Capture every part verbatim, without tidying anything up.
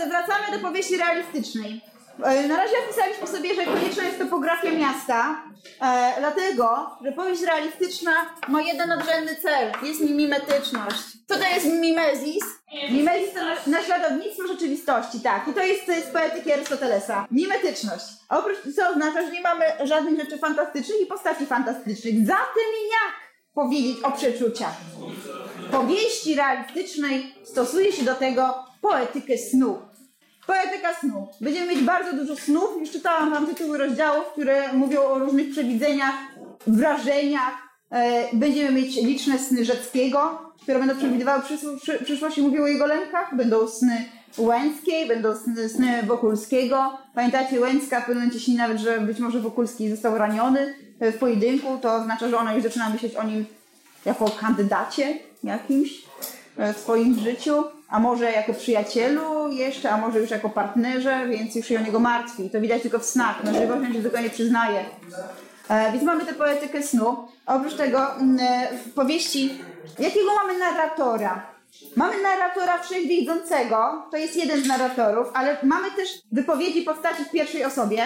wracamy do powieści realistycznej. Na razie opisaliśmy sobie, że konieczna jest topografia miasta, e, dlatego, że powieść realistyczna ma jeden nadrzędny cel, jest mimetyczność. Co to jest mimezis? Mimezis to naśladownictwo rzeczywistości, tak. I to jest z poetyki Arystotelesa. Mimetyczność. A oprócz co oznacza, że nie mamy żadnych rzeczy fantastycznych i postaci fantastycznych. Zatem jak powiedzieć o przeczuciach? W powieści realistycznej stosuje się do tego poetykę snu. Poetyka snu. Będziemy mieć bardzo dużo snów. Już czytałam wam tytuły rozdziałów, które mówią o różnych przewidzeniach, wrażeniach. Będziemy mieć liczne sny Rzeckiego, które będą przewidywały przyszłość i mówią o jego lękach. Będą sny Łęckiej, będą sny, sny Wokulskiego. Pamiętacie, Łęcka w pewnym momencie śni nawet, że być może Wokulski został raniony w pojedynku. To oznacza, że ona już zaczyna myśleć o nim jako kandydacie jakimś w swoim życiu. A może jako przyjacielu jeszcze, a może już jako partnerze, więc już się o niego martwi. To widać tylko w snach, na żywo się tylko nie przyznaje. E, więc mamy tę poetykę snu. A oprócz tego e, w powieści, jakiego mamy narratora? Mamy narratora wszechwiedzącego, to jest jeden z narratorów, ale mamy też wypowiedzi postaci w pierwszej osobie,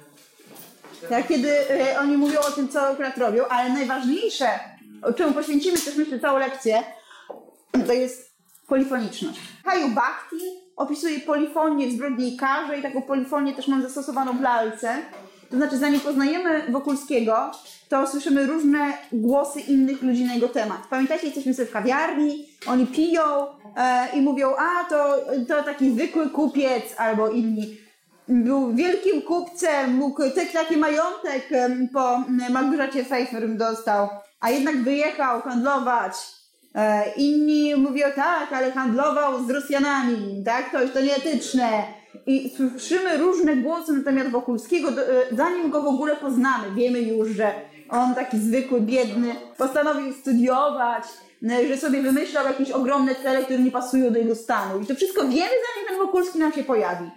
tak, kiedy e, oni mówią o tym, co akurat robią, ale najważniejsze, o czemu poświęcimy też myślę całą lekcję, to jest polifoniczność. Kaju Bhakti opisuje polifonię w Zbrodni i Karze i taką polifonię też mam zastosowaną w lalce. To znaczy, zanim poznajemy Wokulskiego, to słyszymy różne głosy innych ludzi na jego temat. Pamiętacie, jesteśmy sobie w kawiarni, oni piją e, i mówią, a to, to taki zwykły kupiec, albo inni. Był wielkim kupcem, mógł taki majątek po Małgorzacie Pfeiffer dostał, a jednak wyjechał handlować. Inni mówią, tak, ale handlował z Rosjanami, tak, to jest to nieetyczne. I słyszymy różne głosy na temat Wokulskiego, zanim go w ogóle poznamy. Wiemy już, że on taki zwykły, biedny, postanowił studiować, że sobie wymyślał jakieś ogromne cele, które nie pasują do jego stanu. I to wszystko wiemy, zanim ten Wokulski nam się pojawi.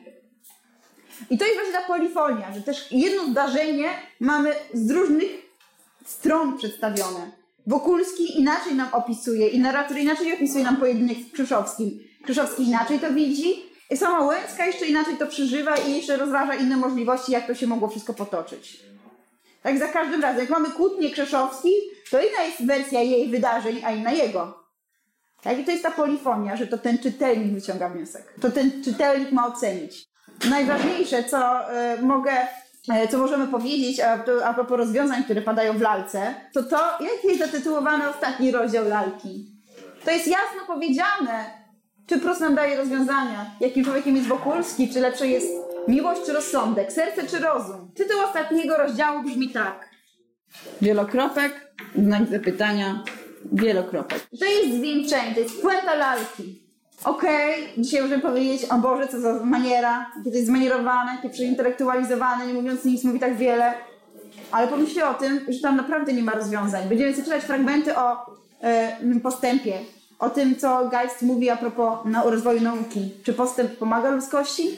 I to jest właśnie ta polifonia, że też jedno zdarzenie mamy z różnych stron przedstawione. Wokulski inaczej nam opisuje i narrator inaczej opisuje nam pojedynek z Krzeszowskim. Krzeszowski inaczej to widzi, i sama Łęcka jeszcze inaczej to przeżywa i jeszcze rozważa inne możliwości, jak to się mogło wszystko potoczyć. Tak za każdym razem, jak mamy kłótnię Krzeszowski, to inna jest wersja jej wydarzeń, a inna jego. Tak? I to jest ta polifonia, że to ten czytelnik wyciąga wniosek. To ten czytelnik ma ocenić. Najważniejsze, co y, mogę... co możemy powiedzieć a, to, a propos rozwiązań, które padają w lalce, to to, jak jest zatytułowany ostatni rozdział lalki. To jest jasno powiedziane, czy Prus nam daje rozwiązania, jakim człowiekiem jest Wokulski, czy lepsze jest miłość czy rozsądek, serce czy rozum. Tytuł ostatniego rozdziału brzmi tak. Wielokropek, znak zapytania, wielokropek. To jest zwieńczenie, to jest puenta lalki. Okej, okay, dzisiaj możemy powiedzieć, o Boże, co za maniera, jakie to jest zmanierowane, jakie przeintelektualizowane, nie mówiąc nic, mówi tak wiele. Ale pomyślcie o tym, że tam naprawdę nie ma rozwiązań. Będziemy sobie czytać fragmenty o y, postępie, o tym, co Geist mówi a propos no, rozwoju nauki. Czy postęp pomaga ludzkości?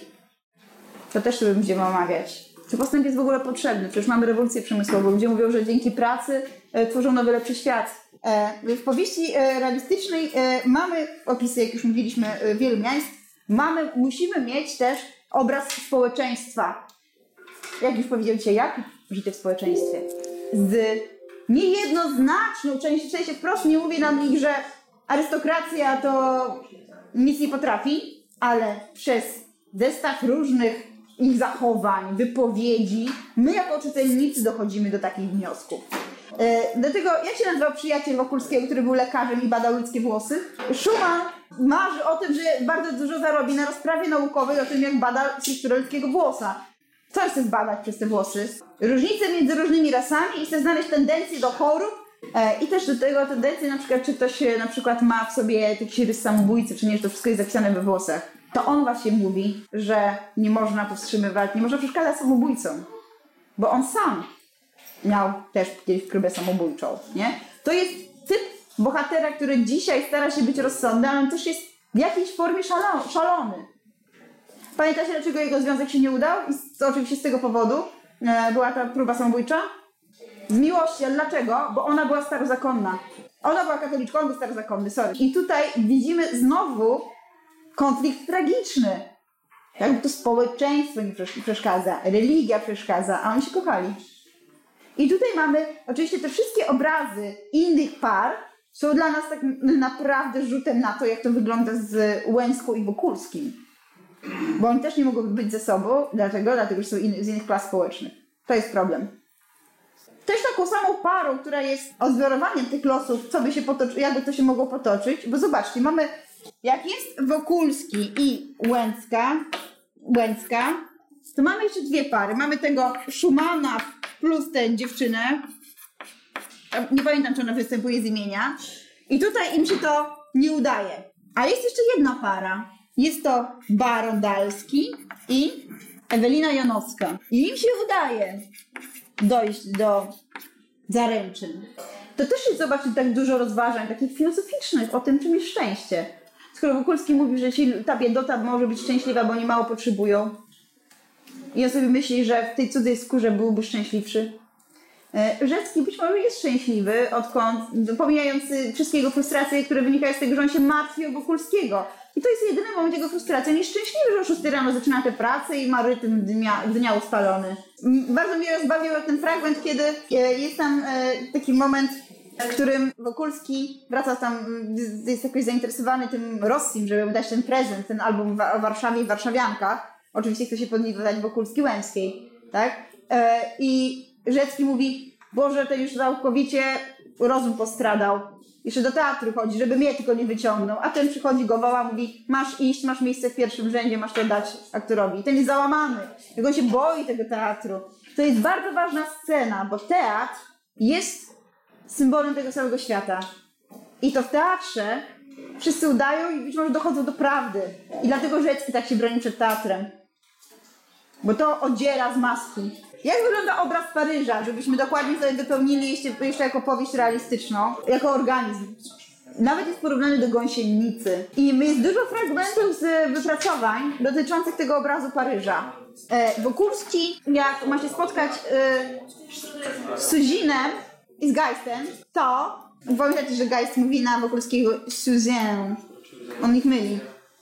To też sobie będziemy omawiać. Czy postęp jest w ogóle potrzebny? Przecież mamy rewolucję przemysłową. Ludzie mówią, że dzięki pracy y, tworzą nowy, lepszy świat. W powieści realistycznej mamy opisy, jak już mówiliśmy, wielu miejsc. Mamy, musimy mieć też obraz społeczeństwa. Jak już powiedzieliście, jak życie w społeczeństwie? Z niejednoznaczną częścią, w sensie wprost nie mówię nam ich, że arystokracja to nic nie potrafi, ale przez zestaw różnych ich zachowań, wypowiedzi, my jako czytelnicy dochodzimy do takich wniosków. E, dlatego, jak się nazywał przyjaciel Wokulskiego, który był lekarzem i badał ludzkie włosy? Schumann marzy o tym, że bardzo dużo zarobi na rozprawie naukowej o tym, jak bada strukturę ludzkiego włosa. Co chce zbadać przez te włosy? Różnice między różnymi rasami i chce znaleźć tendencje do chorób e, i też do tego tendencje, na przykład, czy ktoś na przykład ma w sobie jakiś rys samobójcy, czy nie, że to wszystko jest zapisane we włosach. To on właśnie mówi, że nie można powstrzymywać, nie można przeszkadzać samobójcom, bo on sam miał też kiedyś próbę samobójczą, nie? To jest typ bohatera, który dzisiaj stara się być rozsądny, ale on też jest w jakiejś formie szalo- szalony. Pamiętacie, dlaczego jego związek się nie udał? I z, oczywiście z tego powodu e, była ta próba samobójcza. Z miłości, ale dlaczego? Bo ona była starozakonna. Ona była katoliczką, on był starozakonny, sorry. I tutaj widzimy znowu konflikt tragiczny. Tak, bo to społeczeństwo nie przeszkadza, religia przeszkadza, a oni się kochali. I tutaj mamy oczywiście te wszystkie obrazy innych par są dla nas tak naprawdę rzutem na to, jak to wygląda z Łęcką i Wokulskim. Bo oni też nie mogą być ze sobą, dlaczego? Dlatego, że są inny, z innych klas społecznych. To jest problem. Też taką samą parą, która jest odzorowaniem tych losów, co by się potoczy, jakby to się mogło potoczyć, bo zobaczcie, mamy, jak jest Wokulski i Łęcka, Łęcka, to mamy jeszcze dwie pary. Mamy tego Schumana plus tę dziewczynę, nie pamiętam, czy ona występuje z imienia, i tutaj im się to nie udaje. A jest jeszcze jedna para. Jest to Baron Dalski i Ewelina Janowska. I im się udaje dojść do zaręczyn. To też jest, zobaczcie, tak dużo rozważań takich filozoficznych o tym, czym jest szczęście. Skoro Wokulski mówi, że ci, ta biedota może być szczęśliwa, bo oni mało potrzebują. I on sobie myśli, że w tej cudzej skórze byłby szczęśliwszy. Rzecki być może jest szczęśliwy, odkąd, pomijający wszystkie jego frustracje, które wynikają z tego, że on się martwi o Wokulskiego. I to jest jedyny moment jego frustracji. On jest szczęśliwy, że o szóstej rano zaczyna tę pracę i ma rytm dnia, dnia ustalony. Bardzo mnie rozbawił ten fragment, kiedy jest tam taki moment, w którym Wokulski wraca tam, jest jakoś zainteresowany tym Rossim, żeby mu dać ten prezent, ten album o Warszawie i warszawiankach. Oczywiście chce się podliwać Wokulski Łęckiej, tak? I Rzecki mówi, Boże, ten już całkowicie rozum postradał. Jeszcze do teatru chodzi, żeby mnie tylko nie wyciągnął. A ten przychodzi, go woła, mówi, masz iść, masz miejsce w pierwszym rzędzie, masz to dać aktorowi. I ten jest załamany. Jak on się boi tego teatru. To jest bardzo ważna scena, bo teatr jest symbolem tego całego świata. I to w teatrze wszyscy udają i być może dochodzą do prawdy. I dlatego Rzecki tak się broni przed teatrem. Bo to odziera z maski. Jak wygląda obraz Paryża, żebyśmy dokładnie sobie wypełnili jeszcze, jeszcze jako powieść realistyczną, jako organizm. Nawet jest porównany do Gąsienicy. I jest dużo fragmentów z wypracowań dotyczących tego obrazu Paryża. E, Wokulski, jak ma się spotkać e, z Suzinem i z Geistem, to pamiętacie, że Geist mówi na Wokulskiego Suzanne. On ich myli.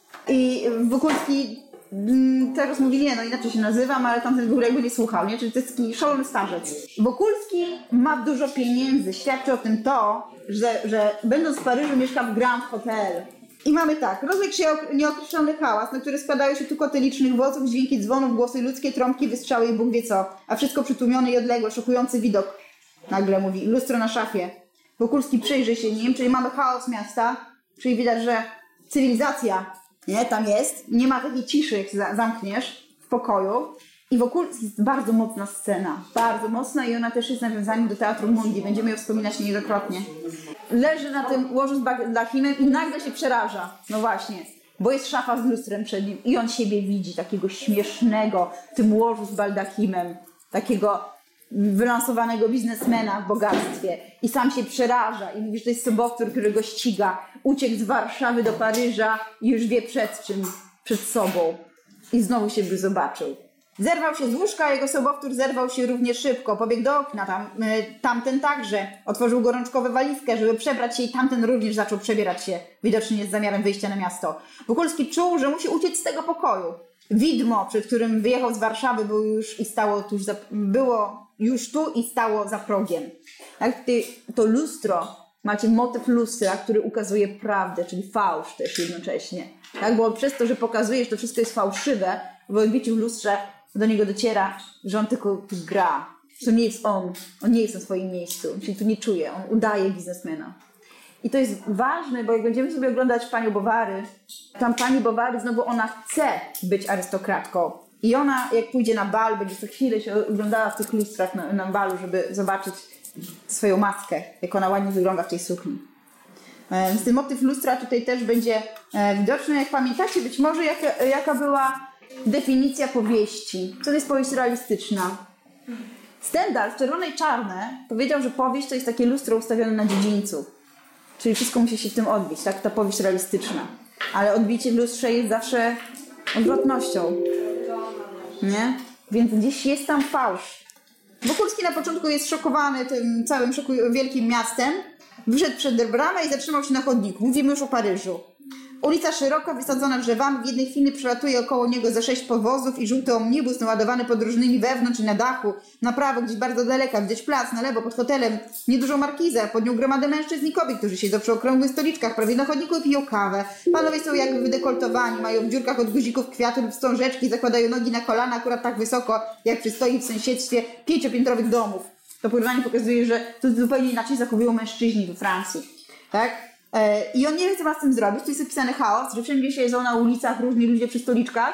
I Wokulski teraz mówi, nie, no inaczej się nazywam, ale tamten w ogóle jakby nie słuchał, nie? Czyli to jest taki szalony starzec. Wokulski ma dużo pieniędzy. Świadczy o tym to, że, że będąc w Paryżu mieszka w Grand Hotel. I mamy tak, rozległ się nieokreślony hałas, na który składają się tukoty licznych wozów, dźwięki dzwonów, głosy ludzkie, trąbki, wystrzały i Bóg wie co. A wszystko przytłumione i odległe, szokujący widok. Nagle mówi, lustro na szafie. Wokulski przyjrzy się nim, czyli mamy chaos miasta, czyli widać, że cywilizacja, nie, tam jest, nie ma takiej ciszy, jak się zamkniesz w pokoju. I wokół jest bardzo mocna scena, bardzo mocna i ona też jest nawiązaniem do Teatru Mundi, będziemy ją wspominać niejednokrotnie. Leży na tym łożu z baldachimem i nagle się przeraża, no właśnie, bo jest szafa z lustrem przed nim i on siebie widzi, takiego śmiesznego w tym łożu z baldachimem, takiego wylansowanego biznesmena w bogactwie i sam się przeraża i mówi, że to jest sobowtór, który go ściga. Uciekł z Warszawy do Paryża i już wie przed czym, przed sobą. I znowu się by zobaczył. Zerwał się z łóżka, jego sobowtór zerwał się równie szybko. Pobiegł do okna, tam, y, tamten także. Otworzył gorączkowe walizkę, żeby przebrać się i tamten również zaczął przebierać się, widocznie z zamiarem wyjścia na miasto. Wokulski czuł, że musi uciec z tego pokoju. Widmo, przed którym wyjechał z Warszawy, było już i stało tuż za, było już tu i stało za progiem. Tak, to lustro, macie motyw lustra, który ukazuje prawdę, czyli fałsz też jednocześnie. Tak, bo przez to, że pokazuje, że to wszystko jest fałszywe, w odbiciu w lustrze do niego dociera, że on tylko tu gra. To nie jest on. On nie jest na swoim miejscu. On się tu nie czuje. On udaje biznesmena. I to jest ważne, bo jak będziemy sobie oglądać Panią Bovary, tam Pani Bovary znowu ona chce być arystokratką. I ona jak pójdzie na bal, będzie co chwilę się oglądała w tych lustrach na, na balu, żeby zobaczyć swoją matkę, jak ona ładnie wygląda w tej sukni. Więc ten motyw lustra tutaj też będzie widoczny. Jak pamiętacie, być może jaka, jaka była definicja powieści. Co to jest powieść realistyczna? Stendhal w Czerwone i Czarne powiedział, że powieść to jest takie lustro ustawione na dziedzińcu. Czyli wszystko musi się w tym odbić, tak? Ta powieść realistyczna. Ale odbicie w lustrze jest zawsze odwrotnością. Nie? Więc gdzieś jest tam fałsz. Wokulski na początku jest szokowany tym całym szoku, wielkim miastem. Wyszedł przed bramę i zatrzymał się na chodniku. Mówimy już o Paryżu. Ulica szeroka, wysadzona drzewami, w jednej chwili przelatuje około niego ze sześć powozów i żółty omnibus naładowany podróżnymi wewnątrz i na dachu. Na prawo, gdzieś bardzo daleka, gdzieś plac, na lewo, pod hotelem, niedużą markizę, pod nią gromadę mężczyzn i kobiet, którzy siedzą przy okrągłych stoliczkach, prawie na chodniku i piją kawę. Panowie są jakby wydekoltowani, mają w dziurkach od guzików kwiaty lub wstążeczki, zakładają nogi na kolana akurat tak wysoko, jak przystoi w sąsiedztwie pięciopiętrowych domów. To porównanie pokazuje, że to zupełnie inaczej zachowują mężczyźni we Francji. Tak? I on nie wie, co ma z tym zrobić. Tu jest opisany chaos, że wszędzie siedzą na ulicach różni ludzie przy stoliczkach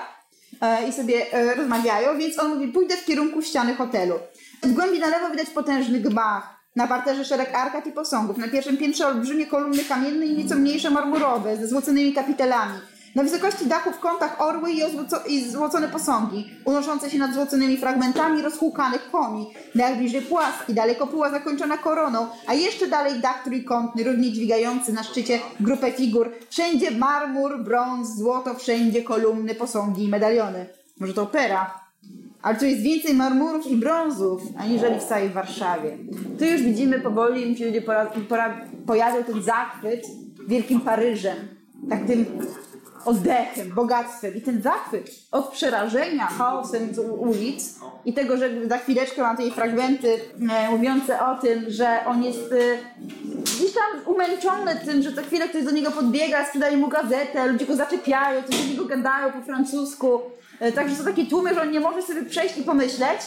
i sobie rozmawiają, więc on mówi, pójdę w kierunku ściany hotelu. W głębi na lewo widać potężny gmach. Na parterze szereg arkad i posągów. Na pierwszym piętrze olbrzymie kolumny kamienne i nieco mniejsze marmurowe, ze złoconymi kapitelami. Na wysokości dachu w kątach orły i, ozłoco- i złocone posągi, unoszące się nad złoconymi fragmentami rozhłukanych koni. Dach bliżej płaski, dalej kopuła zakończona koroną, a jeszcze dalej dach trójkątny, równie dźwigający na szczycie grupę figur. Wszędzie marmur, brąz, złoto, wszędzie kolumny, posągi i medaliony. Może to opera? Ale tu jest więcej marmurów i brązów, aniżeli w całej Warszawie. Tu już widzimy powoli, mi się ludzie pora, pora, pojawiał ten zachwyt Wielkim Paryżem. Tak tym oddechem, bogactwem. I ten zachwyt od przerażenia chaosem z ulic i tego, że za chwileczkę mam tutaj fragmenty e, mówiące o tym, że on jest e, gdzieś tam umęczony tym, że co chwilę ktoś do niego podbiega, sprzedaje mu gazetę, ludzie go zaczepiają, coś do niego gadają po francusku. E, także są takie tłumy, że on nie może sobie przejść i pomyśleć.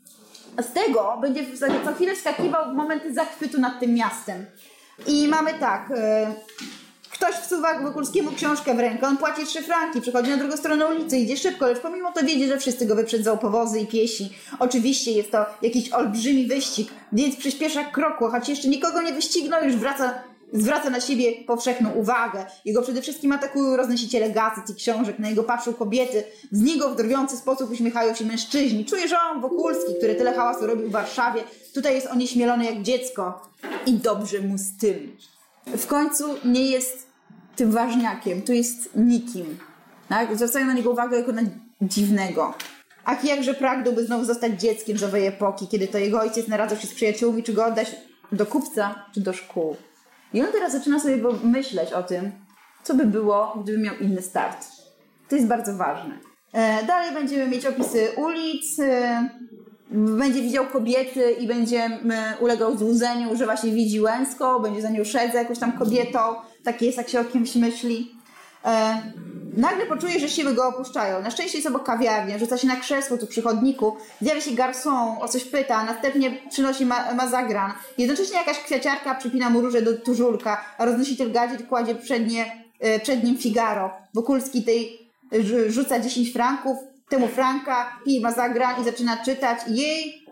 A z tego będzie co chwilę wskakiwał w momenty zachwytu nad tym miastem. I mamy tak... E, Ktoś wsuwa Wokulskiemu książkę w rękę, on płaci trzy franki, przechodzi na drugą stronę ulicy, idzie szybko, lecz pomimo to wiedzie, że wszyscy go wyprzedzą powozy i piesi. Oczywiście jest to jakiś olbrzymi wyścig, więc przyspiesza kroku, choć jeszcze nikogo nie wyścignął, już wraca, zwraca na siebie powszechną uwagę. Jego przede wszystkim atakują roznosiciele gazet i książek, na jego patrzą kobiety, z niego w drwiący sposób uśmiechają się mężczyźni. Czuje, że on, Wokulski, który tyle hałasu robił w Warszawie, tutaj jest onieśmielony jak dziecko i dobrze mu z tym. W końcu nie jest tym ważniakiem, tu jest nikim. Tak? Zwracają na niego uwagę jako na dziwnego. A jakże pragnąłby znowu zostać dzieckiem z owej epoki, kiedy to jego ojciec naradzał się z przyjaciółmi, czy go oddać do kupca, czy do szkół. I on teraz zaczyna sobie myśleć o tym, co by było, gdyby miał inny start. To jest bardzo ważne. E, dalej będziemy mieć opisy ulic, e, będzie widział kobiety i będzie ulegał złudzeniu, że właśnie widzi Łęską, będzie za nią szedł za jakąś tam kobietą. Takie jest, jak się o kimś myśli. E, nagle poczuje, że siły go opuszczają. Na szczęście jest obok kawiarnia, rzuca się na krzesło tu przy chodniku, zjawia się garçon, o coś pyta, a następnie przynosi ma- mazagran. Jednocześnie jakaś kwiaciarka przypina mu róże do tużulka, a roznosiciel gazet kładzie przed, nie, e, przed nim Figaro. Wokulski tej r- rzuca dziesięć franków, temu franka, pije mazagran i zaczyna czytać. Jej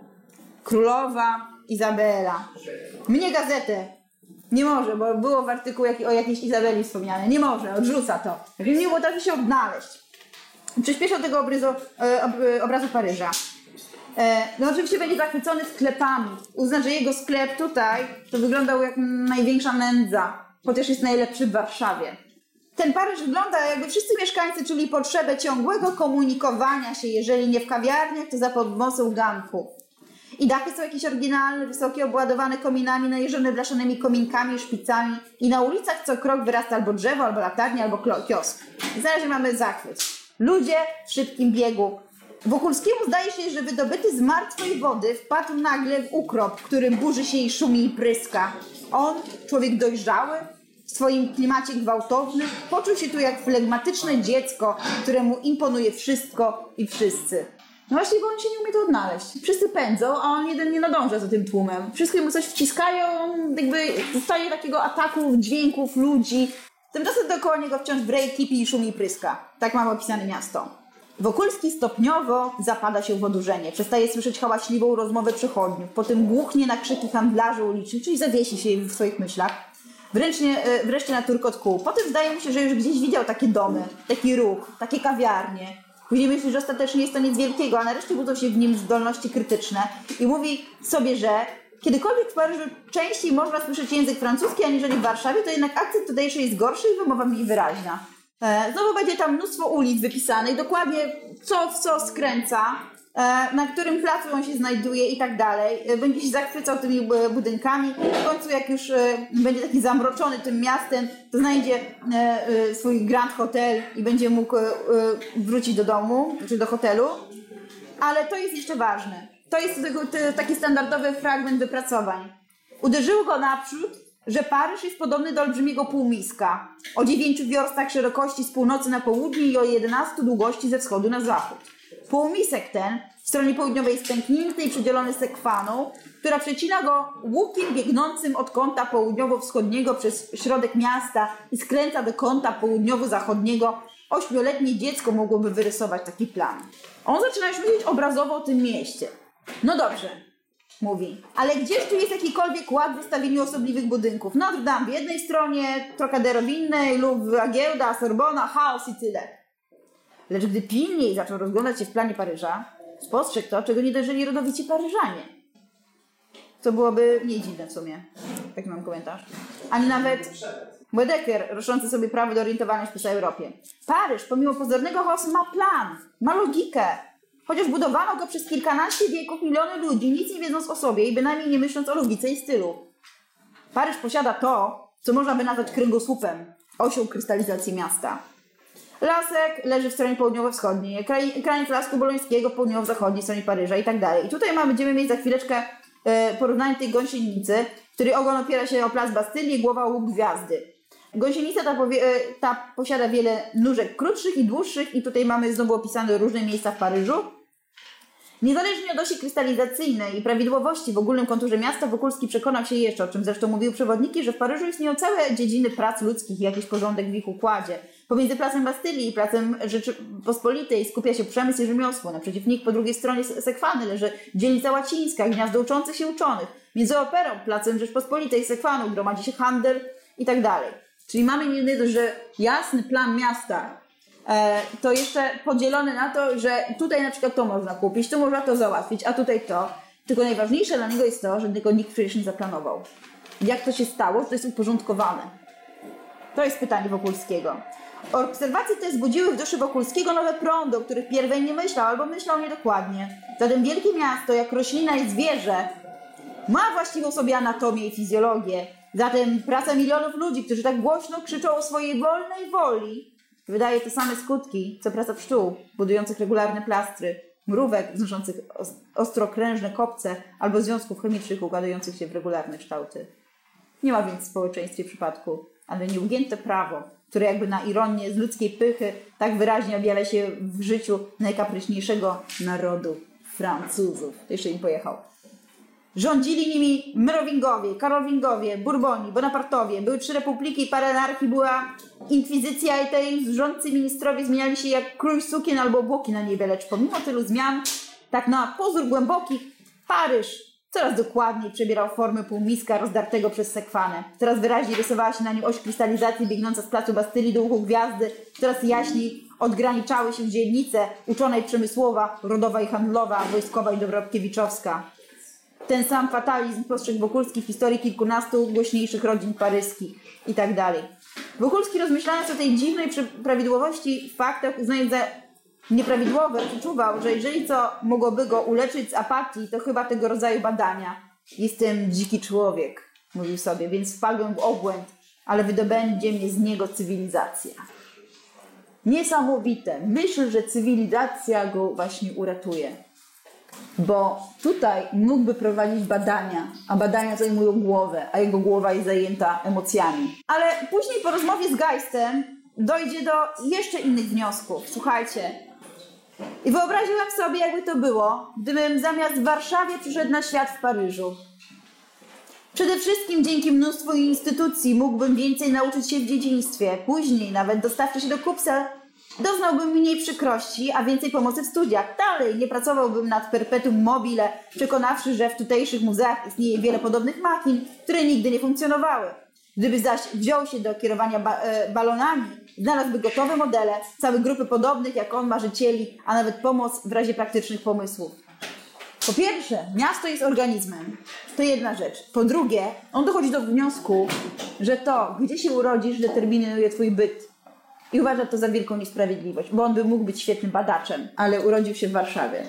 królowa Izabela. Mnie gazetę. Nie może, bo było w artykule o jakiejś Izabeli wspomniane. Nie może, odrzuca to. Nie potrafi się odnaleźć. Przyspieszał tego obrazu, obrazu Paryża. No oczywiście będzie zachwycony sklepami. Uzna, że jego sklep tutaj to wyglądał jak największa nędza, chociaż jest najlepszy w Warszawie. Ten Paryż wygląda, jakby wszyscy mieszkańcy czuli potrzebę ciągłego komunikowania się, jeżeli nie w kawiarniach, to za pomocą ganków. I dachy są jakieś oryginalne, wysokie, obładowane kominami, najeżone blaszanymi kominkami i szpicami. I na ulicach co krok wyrasta albo drzewo, albo latarnia, albo kiosk. W razie mamy zachwyt. Ludzie w szybkim biegu. Wokulskiemu zdaje się, że wydobyty z martwej wody wpadł nagle w ukrop, w którym burzy się i szumi i pryska. On, człowiek dojrzały, w swoim klimacie gwałtownym, poczuł się tu jak flegmatyczne dziecko, któremu imponuje wszystko i wszyscy. No właśnie, bo on się nie umie to odnaleźć. Wszyscy pędzą, a on jeden nie nadąża za tym tłumem. Wszyscy mu coś wciskają, jakby zostaje takiego ataku dźwięków, ludzi. Tymczasem dookoła niego wciąż wrej, kipi i szumi i pryska. Tak mamy opisane miasto. Wokulski stopniowo zapada się w odurzenie. Przestaje słyszeć hałaśliwą rozmowę przechodniów. Potem głuchnie na krzyki handlarzy ulicznych, czyli zawiesi się w swoich myślach. Wręcznie, wreszcie na turkot kół. Potem zdaje mi się, że już gdzieś widział takie domy, taki ruch, takie kawiarnie. Później myśli, że ostatecznie jest to nic wielkiego, a nareszcie budzą się w nim zdolności krytyczne i mówi sobie, że kiedykolwiek w Paryżu częściej można słyszeć język francuski aniżeli w Warszawie, to jednak akcent tutejszy jest gorszy i wymowa mniej wyraźna. Znowu będzie tam mnóstwo ulic wypisanych, dokładnie co w co skręca. na którym placu on się znajduje i tak dalej. Będzie się zachwycał tymi budynkami. W końcu jak już będzie taki zamroczony tym miastem, to znajdzie swój Grand Hotel i będzie mógł wrócić do domu, czy do hotelu. Ale to jest jeszcze ważne. To jest taki standardowy fragment wypracowań. Uderzyło go naprzód, że Paryż jest podobny do olbrzymiego półmiska o dziewięciu wiorstach szerokości z północy na południe i o jedenastu długości ze wschodu na zachód. Półmisek ten w stronie południowej jest pęknięty i przedzielony sekwaną, która przecina go łukiem biegnącym od kąta południowo-wschodniego przez środek miasta i skręca do kąta południowo-zachodniego. Ośmioletnie dziecko mogłoby wyrysować taki plan. On zaczyna już mówić obrazowo o tym mieście. No dobrze, mówi, ale gdzież tu jest jakikolwiek ład w ustawieniu osobliwych budynków? Notre Dame w jednej stronie, Trocadero w innej, Louvre, giełda, Sorbona, chaos i tyle. Lecz gdy pilniej zaczął rozglądać się w planie Paryża, spostrzegł to, czego nie dojrzeli rodowici Paryżanie. Co byłoby nie dziwne w sumie. Taki mam komentarz. Ani nawet Baedeker, roszący sobie prawo do orientowania się po całej Europie. Paryż, pomimo pozornego chaosu, ma plan, ma logikę. Chociaż budowano go przez kilkanaście wieków, miliony ludzi, nic nie wiedząc o sobie i bynajmniej nie myśląc o logice i stylu. Paryż posiada to, co można by nazwać kręgosłupem, osią krystalizacji miasta. Lasek leży w stronie południowo-wschodniej, kraniec Lasku Bolońskiego w południowo-zachodniej stronie Paryża i tak dalej. I tutaj mamy, będziemy mieć za chwileczkę e, porównanie tej gąsienicy, której ogon opiera się o plac Bastylii, głowa o łuk gwiazdy. Gąsienica ta, powie, ta posiada wiele nóżek krótszych i dłuższych i tutaj mamy znowu opisane różne miejsca w Paryżu. Niezależnie od osi krystalizacyjnej i prawidłowości w ogólnym konturze miasta, Wokulski przekonał się jeszcze, o czym zresztą mówił przewodniki, że w Paryżu istnieją całe dziedziny prac ludzkich i jakiś porządek w ich układzie. Pomiędzy placem Bastylii i placem Rzeczypospolitej skupia się przemysł i rzemiosło. Naprzeciw nich po drugiej stronie Sekwany leży dzielnica łacińska, gniazdo uczących się uczonych. Między operą, placem Rzeczypospolitej, Sekwaną gromadzi się handel i tak dalej. Czyli mamy nie dość, że jasny plan miasta, e, to jeszcze podzielony na to, że tutaj na przykład to można kupić, tu można to załatwić, a tutaj to. Tylko najważniejsze dla niego jest to, że tego nikt przecież nie zaplanował. Jak to się stało, że to jest uporządkowane? To jest pytanie Wokulskiego. Obserwacje te zbudziły w duszy Wokulskiego nowe prądy, o których pierwej nie myślał albo myślał niedokładnie. Zatem wielkie miasto, jak roślina i zwierzę, ma właściwą sobie anatomię i fizjologię. Zatem praca milionów ludzi, którzy tak głośno krzyczą o swojej wolnej woli, wydaje te same skutki, co praca pszczół, budujących regularne plastry, mrówek znoszących ostrokrężne kopce albo związków chemicznych układających się w regularne kształty. Nie ma więc w społeczeństwie przypadku, ale nieugięte prawo, które jakby na ironię z ludzkiej pychy tak wyraźnie objawia się w życiu najkapryśniejszego narodu, Francuzów. Jeszcze im pojechał. Rządzili nimi Merowingowie, Karolwingowie, Bourboni, Bonapartowie. Były trzy republiki, parę anarchii, była inkwizycja i tej rządcy ministrowie zmieniali się jak krój sukien albo obłoki na niebie. Lecz pomimo tylu zmian, tak na pozór głębokich, Paryż coraz dokładniej przebierał formę półmiska rozdartego przez Sekwanę. Coraz wyraźniej rysowała się na nim oś krystalizacji biegnąca z placu Bastylii do łuku gwiazdy. Coraz jaśniej odgraniczały się dzielnice uczona i przemysłowa, rodowa i handlowa, wojskowa i dobrobkiewiczowska. Ten sam fatalizm postrzegł Wokulski w historii kilkunastu głośniejszych rodzin paryskich i tak dalej. Wokulski, rozmyślając o tej dziwnej prawidłowości w faktach, uznając za nieprawidłowe, przeczuwał, że jeżeli co mogłoby go uleczyć z apatii, to chyba tego rodzaju badania. Jestem dziki człowiek, mówił sobie, więc wpadłem w obłęd, ale wydobędzie mnie z niego cywilizacja. Niesamowite. Myśl, że cywilizacja go właśnie uratuje. Bo tutaj mógłby prowadzić badania, a badania zajmują głowę, a jego głowa jest zajęta emocjami. Ale później po rozmowie z Geistem dojdzie do jeszcze innych wniosków. Słuchajcie. I wyobraziłam sobie, jakby to było, gdybym zamiast w Warszawie przyszedł na świat w Paryżu. Przede wszystkim dzięki mnóstwu instytucji mógłbym więcej nauczyć się w dzieciństwie. Później, nawet dostawszy się do kupca, doznałbym mniej przykrości, a więcej pomocy w studiach. Dalej nie pracowałbym nad perpetuum mobile, przekonawszy, że w tutejszych muzeach istnieje wiele podobnych machin, które nigdy nie funkcjonowały. Gdyby zaś wziął się do kierowania ba e, balonami, znalazłby gotowe modele, całe grupy podobnych jak on marzycieli, a nawet pomoc w razie praktycznych pomysłów. Po pierwsze, miasto jest organizmem. To jedna rzecz. Po drugie, on dochodzi do wniosku, że to, gdzie się urodzisz, determinuje twój byt. I uważa to za wielką niesprawiedliwość, bo on by mógł być świetnym badaczem, ale urodził się w Warszawie.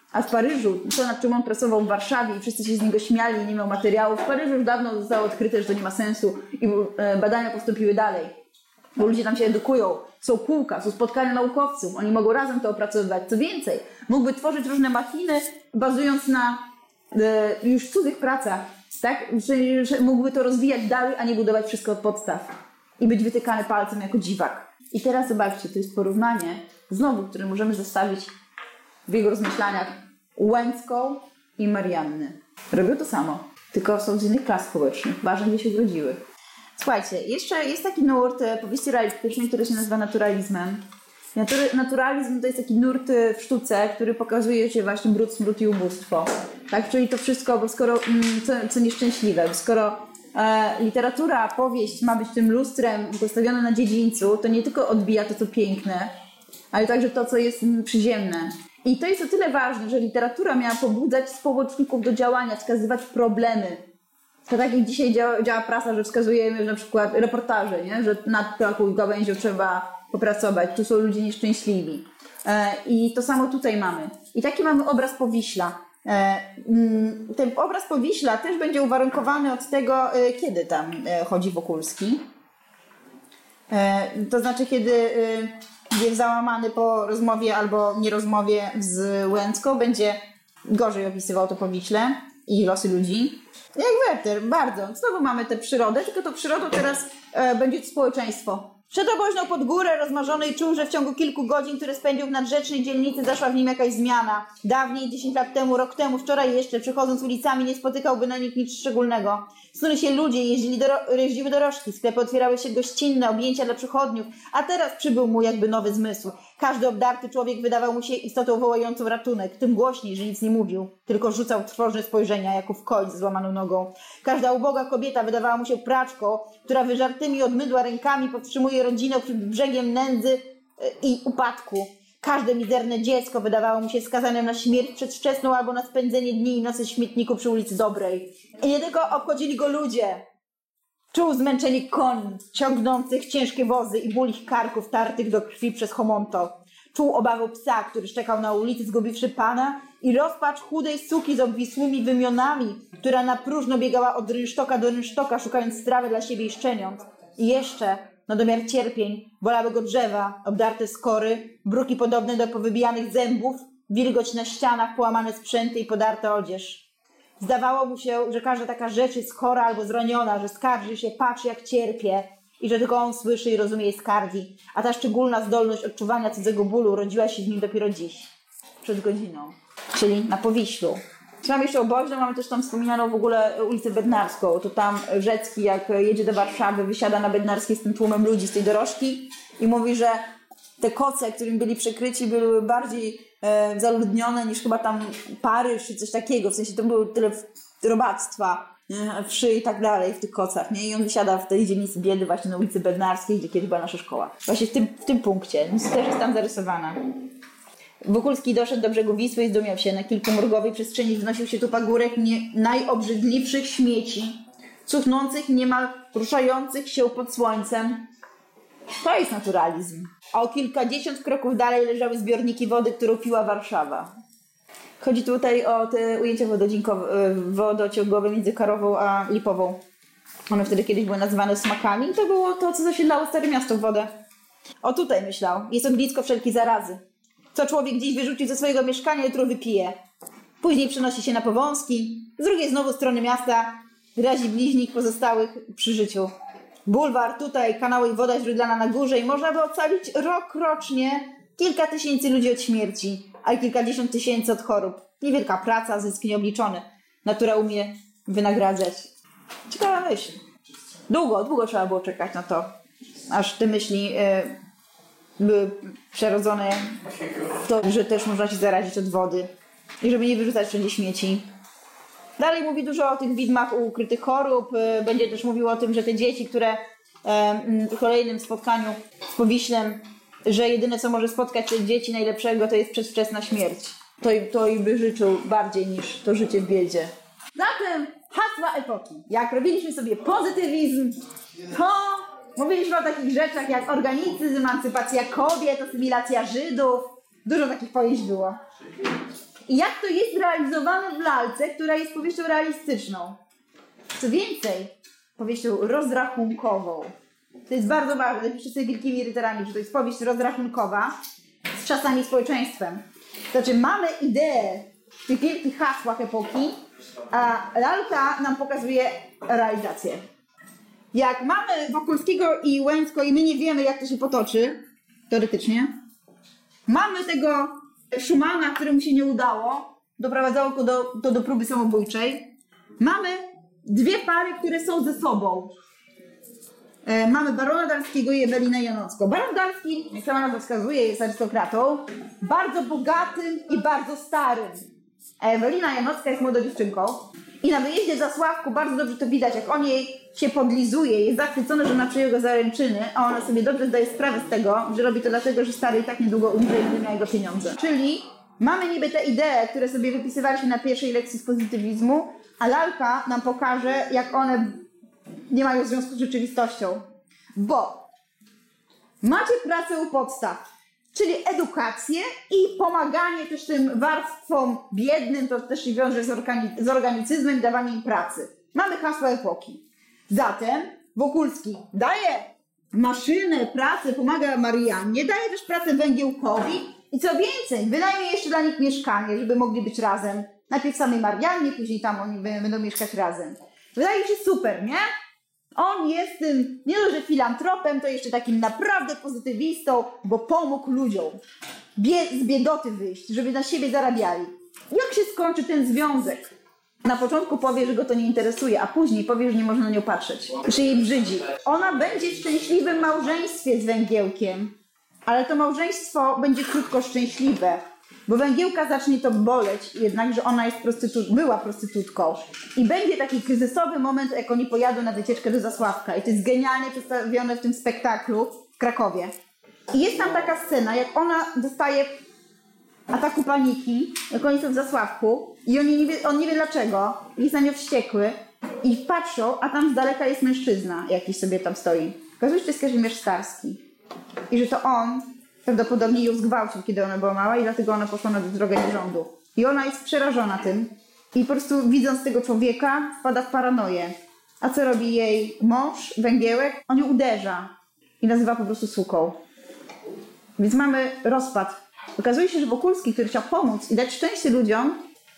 A w Paryżu, to nad czym on pracował w Warszawie i wszyscy się z niego śmiali i nie miał materiału, w Paryżu już dawno zostało odkryte, że to nie ma sensu i badania postąpiły dalej. Bo ludzie tam się edukują, są kółka, są spotkania naukowców, oni mogą razem to opracowywać. Co więcej, mógłby tworzyć różne machiny bazując na e, już cudzych pracach, tak? Że, że mógłby to rozwijać dalej, a nie budować wszystko od podstaw i być wytykany palcem jako dziwak. I teraz zobaczcie, to jest porównanie znowu, które możemy zostawić w jego rozmyślaniach Łęcką i Marianny. Robią to samo, tylko są z innych klas społecznych, ważne gdzie się urodziły. Słuchajcie, jeszcze jest taki nurt powieści realistycznej, który się nazywa naturalizmem. Natury, naturalizm to jest taki nurt w sztuce, który pokazuje się właśnie brud, smród i ubóstwo. Tak? Czyli to wszystko, bo skoro, co, co nieszczęśliwe, bo skoro e, literatura, powieść ma być tym lustrem postawione na dziedzińcu, to nie tylko odbija to, co piękne, ale także to, co jest przyziemne. I to jest o tyle ważne, że literatura miała pobudzać społeczników do działania, wskazywać problemy. To tak jak dzisiaj działa, działa prasa, że wskazujemy na przykład reportaże, nie? Że nad taką gałęzią trzeba popracować, tu są ludzie nieszczęśliwi. E, I to samo tutaj mamy. I taki mamy obraz Powiśla. E, ten obraz Powiśla też będzie uwarunkowany od tego, e, kiedy tam e, chodzi Wokulski. E, to znaczy, kiedy e, jest załamany po rozmowie albo nierozmowie z Łęcką, będzie gorzej opisywał to Powiśle i losy ludzi. Jak Werter, bardzo. Znowu mamy tę przyrodę, tylko tą przyrodą teraz e, będzie to społeczeństwo. Szedł oboźną pod górę, rozmarzony i czuł, że w ciągu kilku godzin, które spędził w nadrzecznej dzielnicy, zaszła w nim jakaś zmiana. Dawniej, dziesięć lat temu, rok temu, wczoraj jeszcze, przechodząc ulicami, nie spotykałby na nich nic szczególnego. Snuli się ludzie, jeździli doro- jeździły dorożki, sklepy otwierały się gościnne, objęcia dla przechodniów, a teraz przybył mu jakby nowy zmysł. Każdy obdarty człowiek wydawał mu się istotą wołającą ratunek, tym głośniej, że nic nie mówił, tylko rzucał trwożne spojrzenia, jako w kość z złamaną nogą. Każda uboga kobieta wydawała mu się praczką, która wyżartymi od mydła rękami podtrzymuje rodzinę przed brzegiem nędzy i upadku. Każde mizerne dziecko wydawało mu się skazanym na śmierć przedwczesną albo na spędzenie dni i nocy w śmietniku przy ulicy Dobrej. I nie tylko obchodzili go ludzie. Czuł zmęczenie koni, ciągnących ciężkie wozy i ból ich karków tartych do krwi przez homonto. Czuł obawę psa, który szczekał na ulicy, zgubiwszy pana, i rozpacz chudej suki z obwisłymi wymionami, która na próżno biegała od rynsztoka do rynsztoka, szukając strawy dla siebie i szczeniąt. I jeszcze, na domiar cierpień, bolały go drzewa, obdarte skory, bruki podobne do powybijanych zębów, wilgoć na ścianach, połamane sprzęty i podarta odzież. Zdawało mu się, że każda taka rzecz jest chora albo zraniona, że skarży się, patrzy jak cierpie i że tylko on słyszy i rozumie jej skargi. A ta szczególna zdolność odczuwania cudzego bólu rodziła się w nim dopiero dziś, przed godziną, czyli na Powiślu. Mamy jeszcze Oboźną, mamy też tam wspominaną w ogóle ulicę Bednarską. To tam Rzecki, jak jedzie do Warszawy, wysiada na Bednarskiej z tym tłumem ludzi z tej dorożki i mówi, że te koce, którym byli przykryci, były bardziej e, zaludnione niż chyba tam Paryż czy coś takiego. W sensie to było tyle robactwa, nie? Wszy i tak dalej w tych kocach. Nie? I on wysiada w tej dzielnicy biedy właśnie na ulicy Bednarskiej, gdzie kiedyś była nasza szkoła. Właśnie w tym, w tym punkcie. Więc też jest tam zarysowana. Wokulski doszedł do brzegu Wisły i zdumiał się. Na kilkumurgowej przestrzeni wznosił się tu pagórek nie, najobrzydliwszych śmieci, cuchnących, niemal ruszających się pod słońcem. To jest naturalizm. A o kilkadziesiąt kroków dalej leżały zbiorniki wody, którą piła Warszawa. Chodzi tutaj o te ujęcia wodociągowe między Karową a Lipową. One wtedy kiedyś były nazywane smakami i to było to, co zasiedlało Stare Miasto w wodę. O tutaj myślał. Jest ognisko wszelkiej zarazy. Co człowiek dziś wyrzucił ze swojego mieszkania, jutro wypije. Później przenosi się na Powązki. Z drugiej znowu strony miasta razi bliźnik pozostałych przy życiu. Bulwar tutaj, kanały i woda źródlana na górze i można by ocalić rok rocznie kilka tysięcy ludzi od śmierci, a i kilkadziesiąt tysięcy od chorób. Niewielka praca, zysk nieobliczony. Natura umie wynagradzać. Ciekawa myśl. Długo, długo trzeba było czekać na to, aż te myśli yy, były przerodzone w to, że też można się zarazić od wody i żeby nie wyrzucać wszędzie śmieci. Dalej mówi dużo o tych widmach ukrytych chorób. Będzie też mówił o tym, że te dzieci, które w kolejnym spotkaniu z Powiślem, że jedyne co może spotkać te dzieci najlepszego to jest przedwczesna śmierć. To, to i by życzył bardziej niż to życie w biedzie. Zatem hasła epoki. Jak robiliśmy sobie pozytywizm, to mówiliśmy o takich rzeczach jak organizm, emancypacja kobiet, asymilacja Żydów. Dużo takich pojęć było. i jak to jest realizowane w lalce, która jest powieścią realistyczną. Co więcej, powieścią rozrachunkową. To jest bardzo ważne, napiszę sobie wielkimi literami, że to jest powieść rozrachunkowa z czasami i społeczeństwem. To znaczy mamy ideę w tych wielkich hasłach epoki, a lalka nam pokazuje realizację. Jak mamy Wokulskiego i Łęcką i my nie wiemy, jak to się potoczy, teoretycznie, mamy tego Schumana, któremu się nie udało, doprowadzało go do, do, do próby samobójczej. Mamy dwie pary, które są ze sobą. E, mamy Barona Dalskiego i Ewelinę Janocką. Baron Dalski, jak sama nazwa wskazuje, jest arystokratą, bardzo bogatym i bardzo starym. A Ewelina Janocka jest młodą dziewczynką. I na wyjeździe w Zasławku bardzo dobrze to widać, jak on jej się podlizuje, jest zachwycony, że ona przyjęła go za ręczyny, a ona sobie dobrze zdaje sprawę z tego, że robi to dlatego, że stary i tak niedługo umrze i będzie miał jego pieniądze. Czyli mamy niby te idee, które sobie wypisywaliśmy na pierwszej lekcji z pozytywizmu, a lalka nam pokaże, jak one nie mają związku z rzeczywistością. Bo macie pracę u podstaw, czyli edukację i pomaganie też tym warstwom biednym, to też się wiąże z, organi- z organicyzmem i dawaniem im pracy. Mamy hasło epoki. Zatem Wokulski daje maszynę, pracę, pomaga Mariannie, daje też pracę Węgiełkowi i co więcej, wynajmie jeszcze dla nich mieszkanie, żeby mogli być razem. Najpierw samej Mariannie, później tam oni będą mieszkać razem. Wydaje się super, nie? On jest tym, nie dość, że filantropem, to jeszcze takim naprawdę pozytywistą, bo pomógł ludziom Bie- z biedoty wyjść, żeby na siebie zarabiali. Jak się skończy ten związek? Na początku powie, że go to nie interesuje, a później powie, że nie można na nią patrzeć, że jej brzydzi. Ona będzie w szczęśliwym małżeństwie z Węgiełkiem, ale to małżeństwo będzie krótko szczęśliwe, bo Węgiełka zacznie to boleć, jednak, że ona jest prostytut- była prostytutką. I będzie taki kryzysowy moment, jak oni pojadą na wycieczkę do Zasławka. I to jest genialnie przedstawione w tym spektaklu w Krakowie. I jest tam taka scena, jak ona dostaje ataku paniki, jak oni są w Zasławku i oni nie wie, on nie wie dlaczego, jest na nią wściekły i patrzą, a tam z daleka jest mężczyzna jakiś sobie tam stoi. Okazuje się, że to jest Kazimierz Starski. I że to on prawdopodobnie ją zgwałcił, kiedy ona była mała i dlatego ona poszła na drogę nierządu. I ona jest przerażona tym i po prostu widząc tego człowieka wpada w paranoję. A co robi jej mąż, Węgiełek? On ją uderza i nazywa po prostu suką. Więc mamy rozpad. Okazuje się, że Wokulski, który chciał pomóc i dać szczęście ludziom,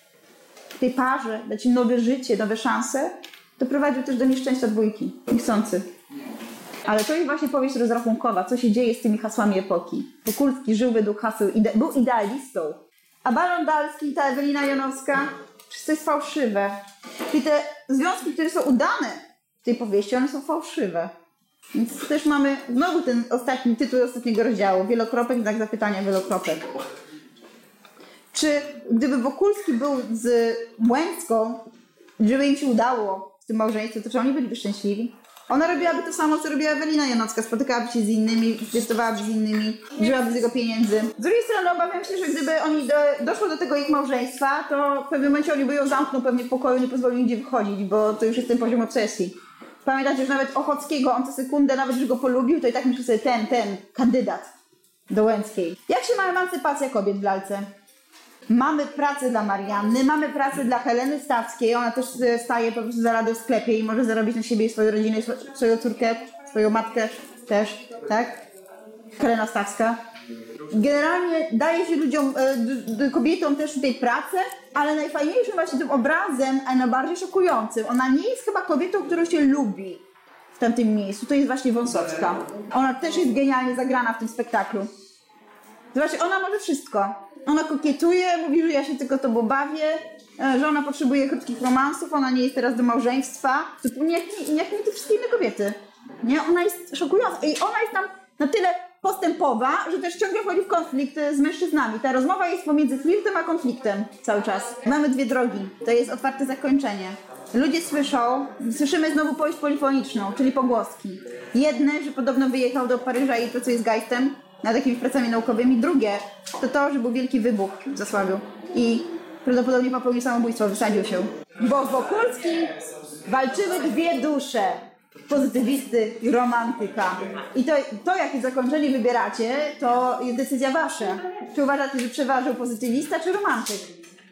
tej parze, dać im nowe życie, nowe szanse, doprowadził też do nieszczęścia dwójki, niechcący. Ale to jest właśnie powieść rozrachunkowa, co się dzieje z tymi hasłami epoki. Wokulski żył według haseł, ide- był idealistą. A Baron Dalski i ta Ewelina Janowska, wszystko jest fałszywe. Czyli te związki, które są udane w tej powieści, one są fałszywe. Więc też mamy znowu ten ostatni tytuł ostatniego rozdziału. Wielokropek, znak zapytania, wielokropek. Czy gdyby Wokulski był z Łęcką, żeby im się udało w tym małżeństwie, to czy oni byliby szczęśliwi? Ona robiłaby to samo, co robiła Ewelina Janocka. Spotykałaby się z innymi, flirytowałaby z innymi, żyłaby z jego pieniędzy. Z drugiej strony obawiam się, że gdyby oni do, doszło do tego ich małżeństwa, to w pewnym momencie oni by ją zamknął pewnie w pokoju, nie pozwolili nigdzie wychodzić, bo to już jest ten poziom obsesji. Pamiętacie, że nawet Ochockiego, on co sekundę, nawet że go polubił, to i tak myśli sobie ten, ten kandydat do Łęckiej. Jak się ma emancypacja kobiet w lalce? Mamy pracę dla Marianny, mamy pracę dla Heleny Stawskiej, ona też staje po prostu za radę w sklepie i może zarobić na siebie i swoją rodzinę, swoją córkę, swoją matkę też, tak? Helena Stawska. Generalnie daje się ludziom, kobietom też tutaj pracę, ale najfajniejszym właśnie tym obrazem, a najbardziej szokującym, ona nie jest chyba kobietą, którą się lubi w tamtym miejscu, to jest właśnie Wąsowska. Ona też jest genialnie zagrana w tym spektaklu. Zobaczcie, ona może wszystko. Ona kokietuje, mówi, że ja się tylko tobą bawię, że ona potrzebuje krótkich romansów, ona nie jest teraz do małżeństwa. Zupełnie jak, jak nie te wszystkie inne kobiety. Nie? Ona jest szokująca i ona jest tam na tyle postępowa, że też ciągle wchodzi w konflikt z mężczyznami. Ta rozmowa jest pomiędzy flirtem a konfliktem cały czas. Mamy dwie drogi. To jest otwarte zakończenie. Ludzie słyszą, słyszymy znowu powieść polifoniczną, czyli pogłoski. Jedne, że podobno wyjechał do Paryża i pracuje z Geistem nad jakimiś pracami naukowymi. Drugie, to to, że był wielki wybuch w Zasławiu i prawdopodobnie popełnił samobójstwo, wysadził się. Bo w Wokulski walczyły dwie dusze. Pozytywisty i romantyka. I to, to jakie zakończenie wybieracie, to jest decyzja wasza. Czy uważacie, że przeważył pozytywista czy romantyk?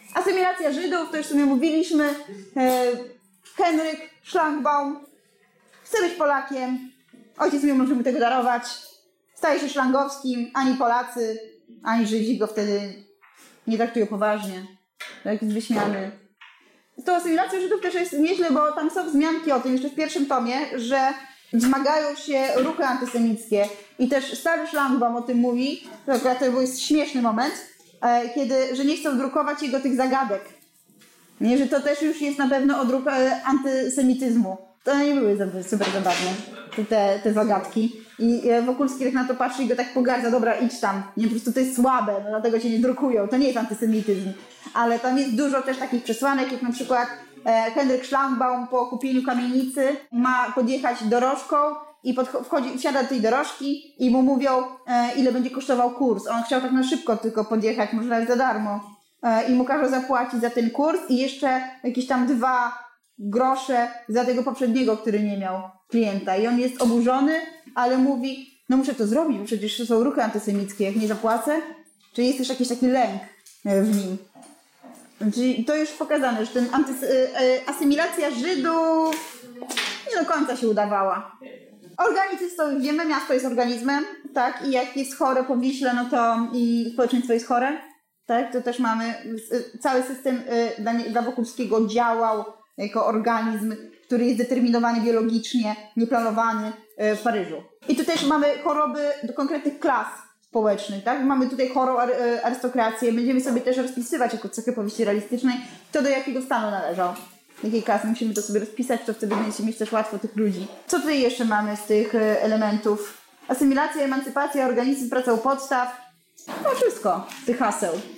Asymilacja Żydów, to już sobie mówiliśmy. Henryk Szlangbaum chce być Polakiem. Ojciec nie może mu tego darować. Staje się szlangowskim. Ani Polacy, ani Żydzi go wtedy nie traktują poważnie. Tak jest wyśmiany. Z tą asymilacją Żydów też jest nieźle, bo tam są wzmianki o tym jeszcze w pierwszym tomie, że wzmagają się ruchy antysemickie. I też stary Szlangbaum o tym mówi, to akurat to jest śmieszny moment, kiedy, że nie chcą drukować jego tych zagadek. Nie, że to też już jest na pewno odruch antysemityzmu. To nie były super zabawne, te, te zagadki. I Wokulski tak na to patrzy i go tak pogardza, dobra, idź tam. Nie, po prostu to jest słabe, no dlatego cię nie drukują. To nie jest antysemityzm. Ale tam jest dużo też takich przesłanek, jak na przykład e, Henryk Szlangbaum po kupieniu kamienicy ma podjechać dorożką i podcho- wchodzi, wsiada do tej dorożki i mu mówią, e, ile będzie kosztował kurs. On chciał tak na szybko tylko podjechać, może nawet za darmo. E, I mu każą zapłacić za ten kurs i jeszcze jakieś tam dwa grosze za tego poprzedniego, który nie miał klienta. I on jest oburzony, ale mówi, no muszę to zrobić, bo przecież to są ruchy antysemickie, jak nie zapłacę. Czyli jest też jakiś taki lęk w nim. Czyli to już pokazane, że ten antys- asymilacja Żydów nie do końca się udawała. Organizm to już wiemy, miasto jest organizmem, tak? I jak jest chore po Wiśle, no to i społeczeństwo jest chore, tak? To też mamy, cały system dla, dla Wokulskiego działał jako organizm, który jest determinowany biologicznie, nieplanowany w Paryżu. I tu też mamy choroby do konkretnych klas społecznych, tak? Mamy tutaj chorą arystokrację, będziemy sobie też rozpisywać jako cechy powieści realistycznej, kto do jakiego stanu należał. Jakiej klasy, musimy to sobie rozpisać, to wtedy będziecie mieć też łatwo tych ludzi. Co tutaj jeszcze mamy z tych elementów? Asymilacja, emancypacja, organizm, praca u podstaw. No wszystko z tych haseł.